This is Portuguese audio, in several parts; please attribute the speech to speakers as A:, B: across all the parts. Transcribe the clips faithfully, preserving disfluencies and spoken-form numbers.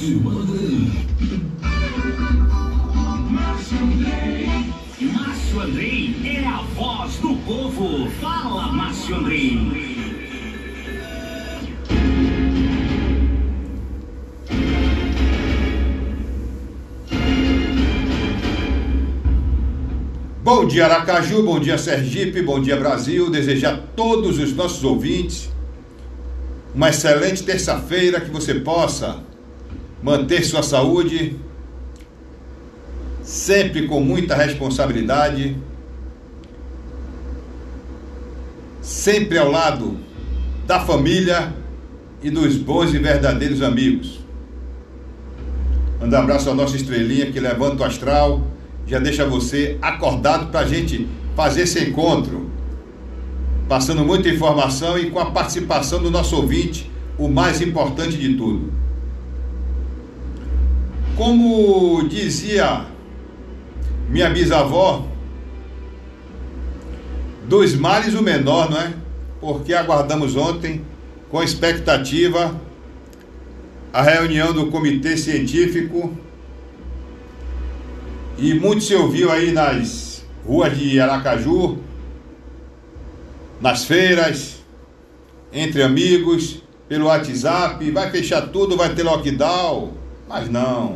A: Márcio Andrei é a voz do povo. Fala, Márcio Andrei.
B: Bom dia, Aracaju, bom dia, Sergipe, bom dia, Brasil. Desejar a todos os nossos ouvintes uma excelente terça-feira, que você possa manter sua saúde, sempre com muita responsabilidade, sempre ao lado da família e dos bons e verdadeiros amigos. Manda um abraço à nossa estrelinha que levanta o astral, já deixa você acordado para a gente fazer esse encontro, passando muita informação e com a participação do nosso ouvinte, o mais importante de tudo. Como dizia minha bisavó, dos males o menor, não é? Porque aguardamos ontem, com expectativa, a reunião do Comitê Científico, e muito se ouviu aí nas ruas de Aracaju, nas feiras, entre amigos, pelo WhatsApp, vai fechar tudo, vai ter lockdown, mas não.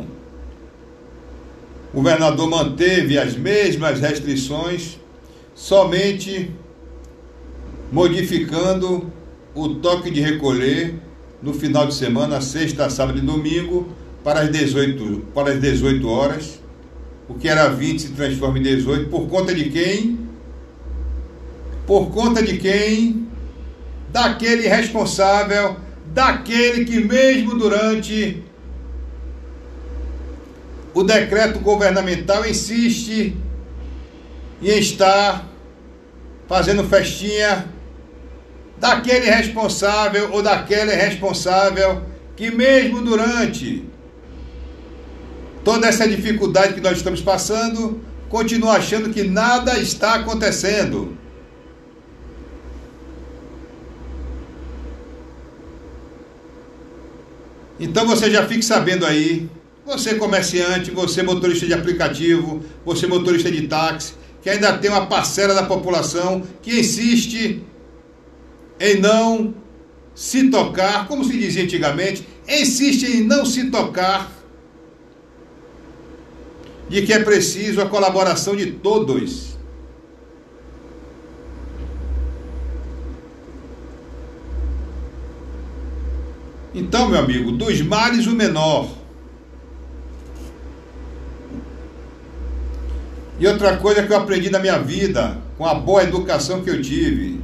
B: O governador manteve as mesmas restrições, somente modificando o toque de recolher no final de semana, sexta, sábado e domingo, para as dezoito, para as dezoito horas. O que era vinte se transforma em dezoito, por conta de quem? Por conta de quem? Daquele responsável, daquele que mesmo durante o decreto governamental insiste em estar fazendo festinha, daquele responsável ou daquele responsável que mesmo durante toda essa dificuldade que nós estamos passando, continua achando que nada está acontecendo. Então você já fique sabendo aí, você comerciante, você motorista de aplicativo, você motorista de táxi, que ainda tem uma parcela da população que insiste em não se tocar, como se dizia antigamente, insiste em não se tocar, de que é preciso a colaboração de todos. Então, meu amigo, dos males o menor. E outra coisa que eu aprendi na minha vida, com a boa educação que eu tive: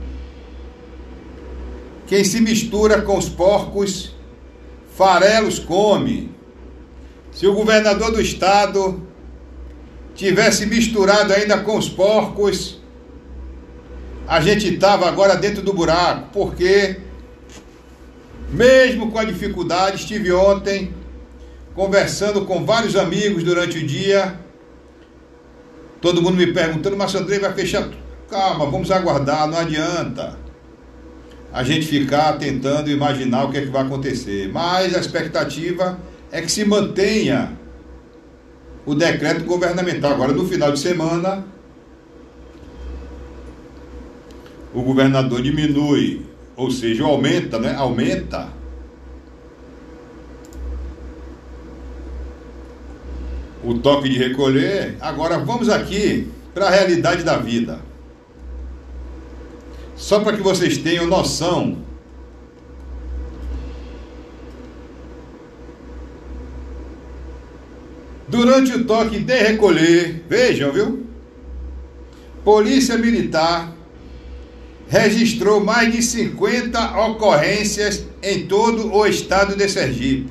B: quem se mistura com os porcos, farelos come. Se o governador do estado tivesse misturado ainda com os porcos, a gente estava agora dentro do buraco, porque mesmo com a dificuldade, estive ontem conversando com vários amigos durante o dia, todo mundo me perguntando: Márcio Andrei, vai fechar? Calma, vamos aguardar, não adianta a gente ficar tentando imaginar o que é que vai acontecer, mas a expectativa é que se mantenha o decreto governamental. Agora, no final de semana, o governador diminui, ou seja, aumenta, né? Aumenta o toque de recolher. Agora, vamos aqui para a realidade da vida. Só para que vocês tenham noção durante o toque de recolher, vejam, viu? Polícia Militar registrou mais de cinquenta ocorrências em todo o estado de Sergipe.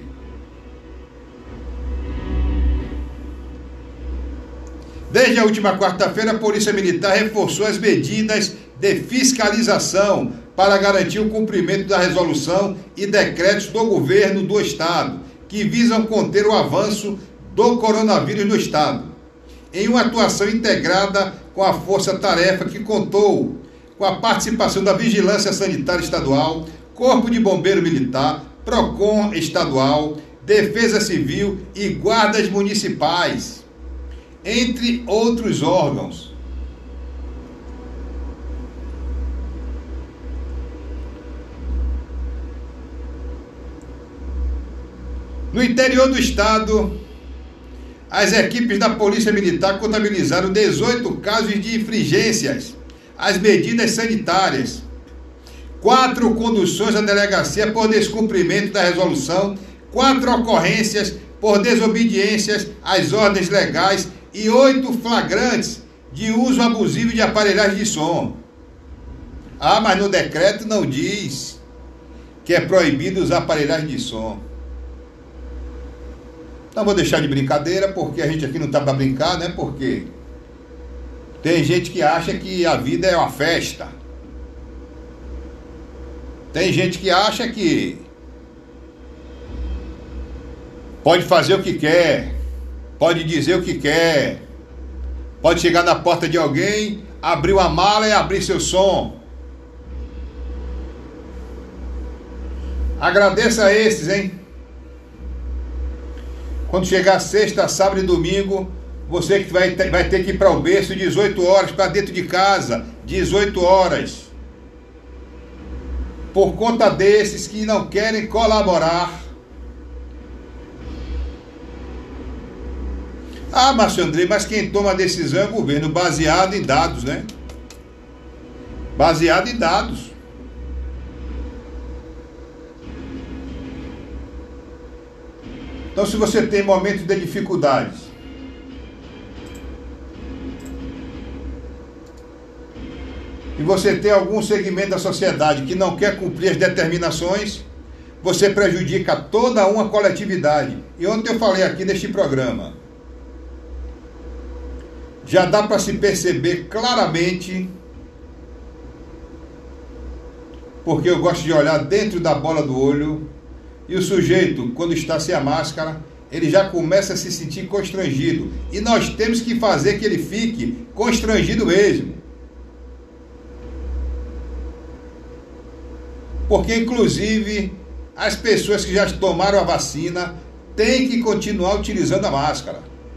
B: Desde a última quarta-feira, a Polícia Militar reforçou as medidas de fiscalização para garantir o cumprimento da resolução e decretos do governo do estado, que visam conter o avanço do coronavírus no estado, em uma atuação integrada com a força-tarefa que contou com a participação da Vigilância Sanitária Estadual, Corpo de Bombeiro Militar, PROCON Estadual, Defesa Civil e guardas municipais, entre outros órgãos. No interior do estado, as equipes da Polícia Militar contabilizaram dezoito casos de infringências às medidas sanitárias, quatro conduções à delegacia por descumprimento da resolução, quatro ocorrências por desobediências às ordens legais e oito flagrantes de uso abusivo de aparelhagem de som. Ah, mas no decreto não diz que é proibido usar aparelhagem de som. Então vou deixar de brincadeira, porque a gente aqui não está para brincar, né? Porque tem gente que acha que a vida é uma festa. Tem gente que acha que pode fazer o que quer, pode dizer o que quer, pode chegar na porta de alguém, abrir uma mala e abrir seu som. Agradeça a esses, hein? Quando chegar sexta, sábado e domingo, você que vai ter, vai ter que ir para o berço dezoito horas, para dentro de casa, dezoito horas. Por conta desses que não querem colaborar. Ah, Márcio Andrei, mas quem toma a decisão é o governo, baseado em dados, né? Baseado em dados. Então, se você tem momentos de dificuldades, e você tem algum segmento da sociedade que não quer cumprir as determinações, você prejudica toda uma coletividade. E ontem eu falei aqui neste programa, já dá para se perceber claramente, porque eu gosto de olhar dentro da bola do olho, e o sujeito, quando está sem a máscara, ele já começa a se sentir constrangido. E nós temos que fazer que ele fique constrangido mesmo. Porque, inclusive, as pessoas que já tomaram a vacina têm que continuar utilizando a máscara.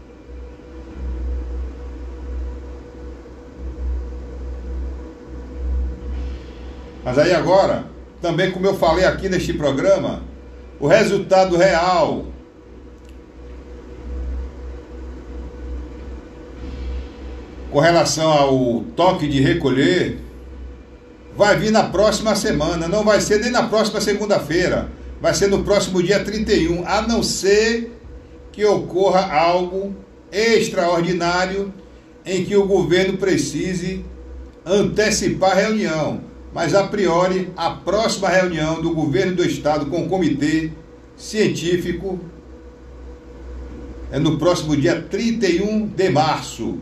B: Mas aí agora, também como eu falei aqui neste programa, o resultado real com relação ao toque de recolher vai vir na próxima semana, não vai ser nem na próxima segunda-feira, vai ser no próximo dia trinta e um, a não ser que ocorra algo extraordinário em que o governo precise antecipar a reunião. Mas, a priori, a próxima reunião do governo do estado com o comitê científico é no próximo dia trinta e um de março.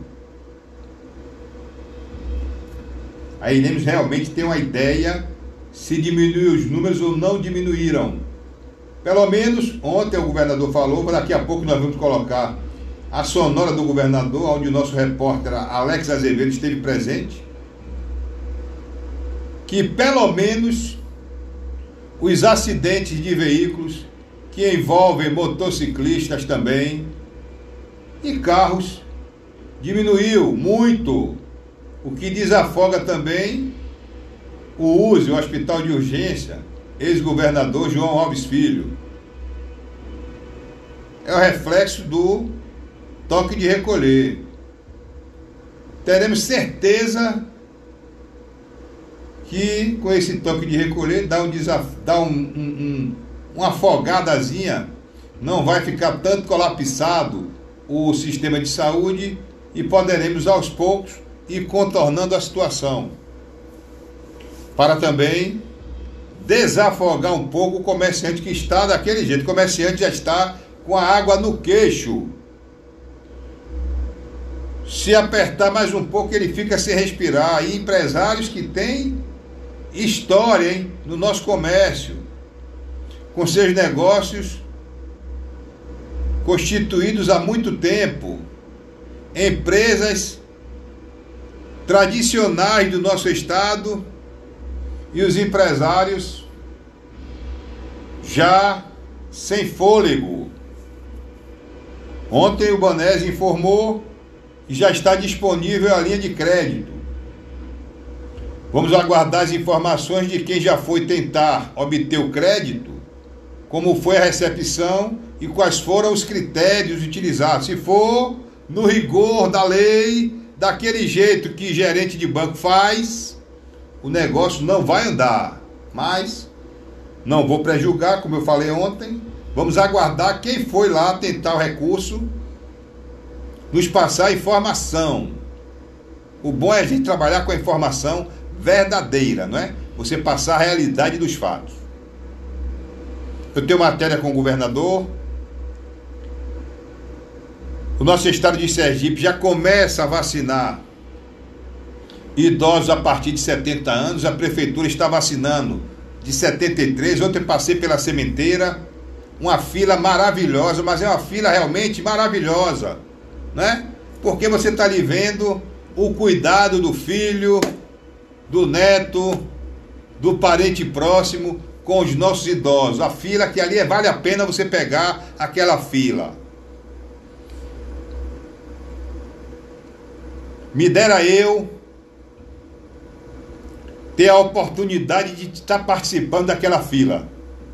B: Aí iremos realmente ter uma ideia se diminuiu os números ou não diminuíram. Pelo menos, ontem o governador falou, mas daqui a pouco nós vamos colocar a sonora do governador, onde o nosso repórter Alex Azevedo esteve presente, que pelo menos os acidentes de veículos que envolvem motociclistas também e carros diminuiu muito, o que desafoga também o uso do hospital de urgência, ex-governador João Alves Filho. É o reflexo do toque de recolher. Teremos certeza que com esse toque de recolher dá, um desaf... dá um, um, um, uma afogadazinha, não vai ficar tanto colapsado o sistema de saúde e poderemos aos poucos ir contornando a situação, para também desafogar um pouco o comerciante que está daquele jeito. O comerciante já está com a água no queixo. Se apertar mais um pouco, ele fica sem respirar. E empresários que têm história, hein, no nosso comércio, com seus negócios constituídos há muito tempo, empresas tradicionais do nosso estado, e os empresários já sem fôlego. Ontem o Banese informou que já está disponível a linha de crédito. Vamos aguardar as informações de quem já foi tentar obter o crédito, como foi a recepção e quais foram os critérios utilizados. Se for no rigor da lei, daquele jeito que gerente de banco faz, o negócio não vai andar. Mas não vou prejulgar, como eu falei ontem. Vamos aguardar quem foi lá tentar o recurso nos passar a informação. O bom é a gente trabalhar com a informação verdadeira, não é? Você passar a realidade dos fatos. Eu tenho matéria com o governador. O nosso estado de Sergipe já começa a vacinar idosos a partir de setenta anos. A prefeitura está vacinando de setenta e três. Ontem passei pela sementeira, uma fila maravilhosa, mas é uma fila realmente maravilhosa, né? Porque você está ali vendo o cuidado do filho, do neto, do parente próximo com os nossos idosos. A fila que ali é, vale a pena você pegar aquela fila. Me dera eu ter a oportunidade de estar participando daquela fila.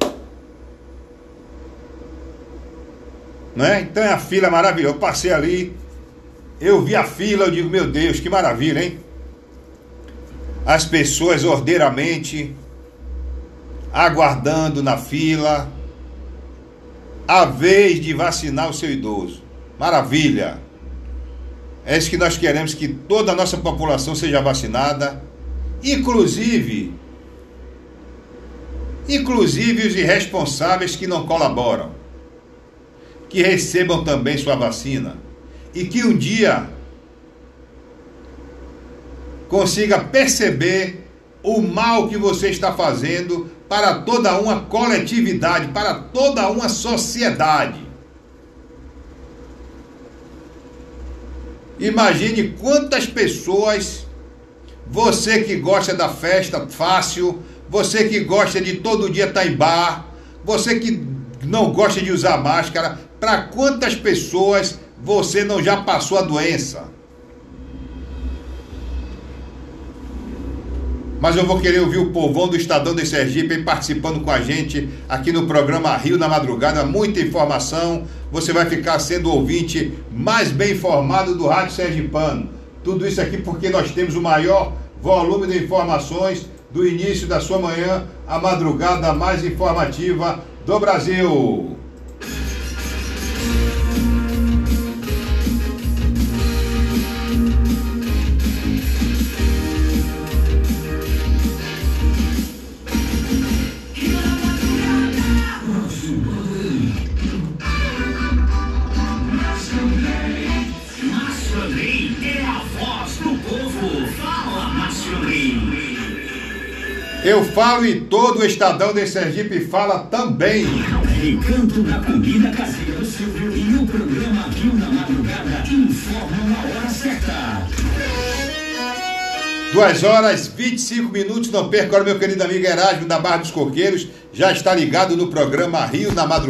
B: Não é? Então é a fila maravilhosa. Eu passei ali, eu vi a fila, eu digo, meu Deus, que maravilha, hein? As pessoas ordeiramente aguardando na fila a vez de vacinar o seu idoso. Maravilha! É isso que nós queremos, que toda a nossa população seja vacinada, inclusive inclusive os irresponsáveis que não colaboram, que recebam também sua vacina e que um dia consiga perceber o mal que você está fazendo para toda uma coletividade, para toda uma sociedade. Imagine quantas pessoas, você que gosta da festa fácil, você que gosta de todo dia estar em bar, você que não gosta de usar máscara, para quantas pessoas você não já passou a doença? Mas eu vou querer ouvir o povão do Estadão de Sergipe participando com a gente aqui no programa Rio na Madrugada. Muita informação, você vai ficar sendo o ouvinte mais bem informado do Rádio Sergipano. Tudo isso aqui porque nós temos o maior volume de informações do início da sua manhã, a madrugada mais informativa do Brasil. Eu falo e todo o Estadão de Sergipe fala também.
A: Recanto da comida caseira do Silvio e o programa Rio na Madrugada informa na hora certa.
B: duas horas e vinte e cinco minutos, não perca, meu querido amigo Erasmo da Barra dos Coqueiros, já está ligado no programa Rio na Madrugada.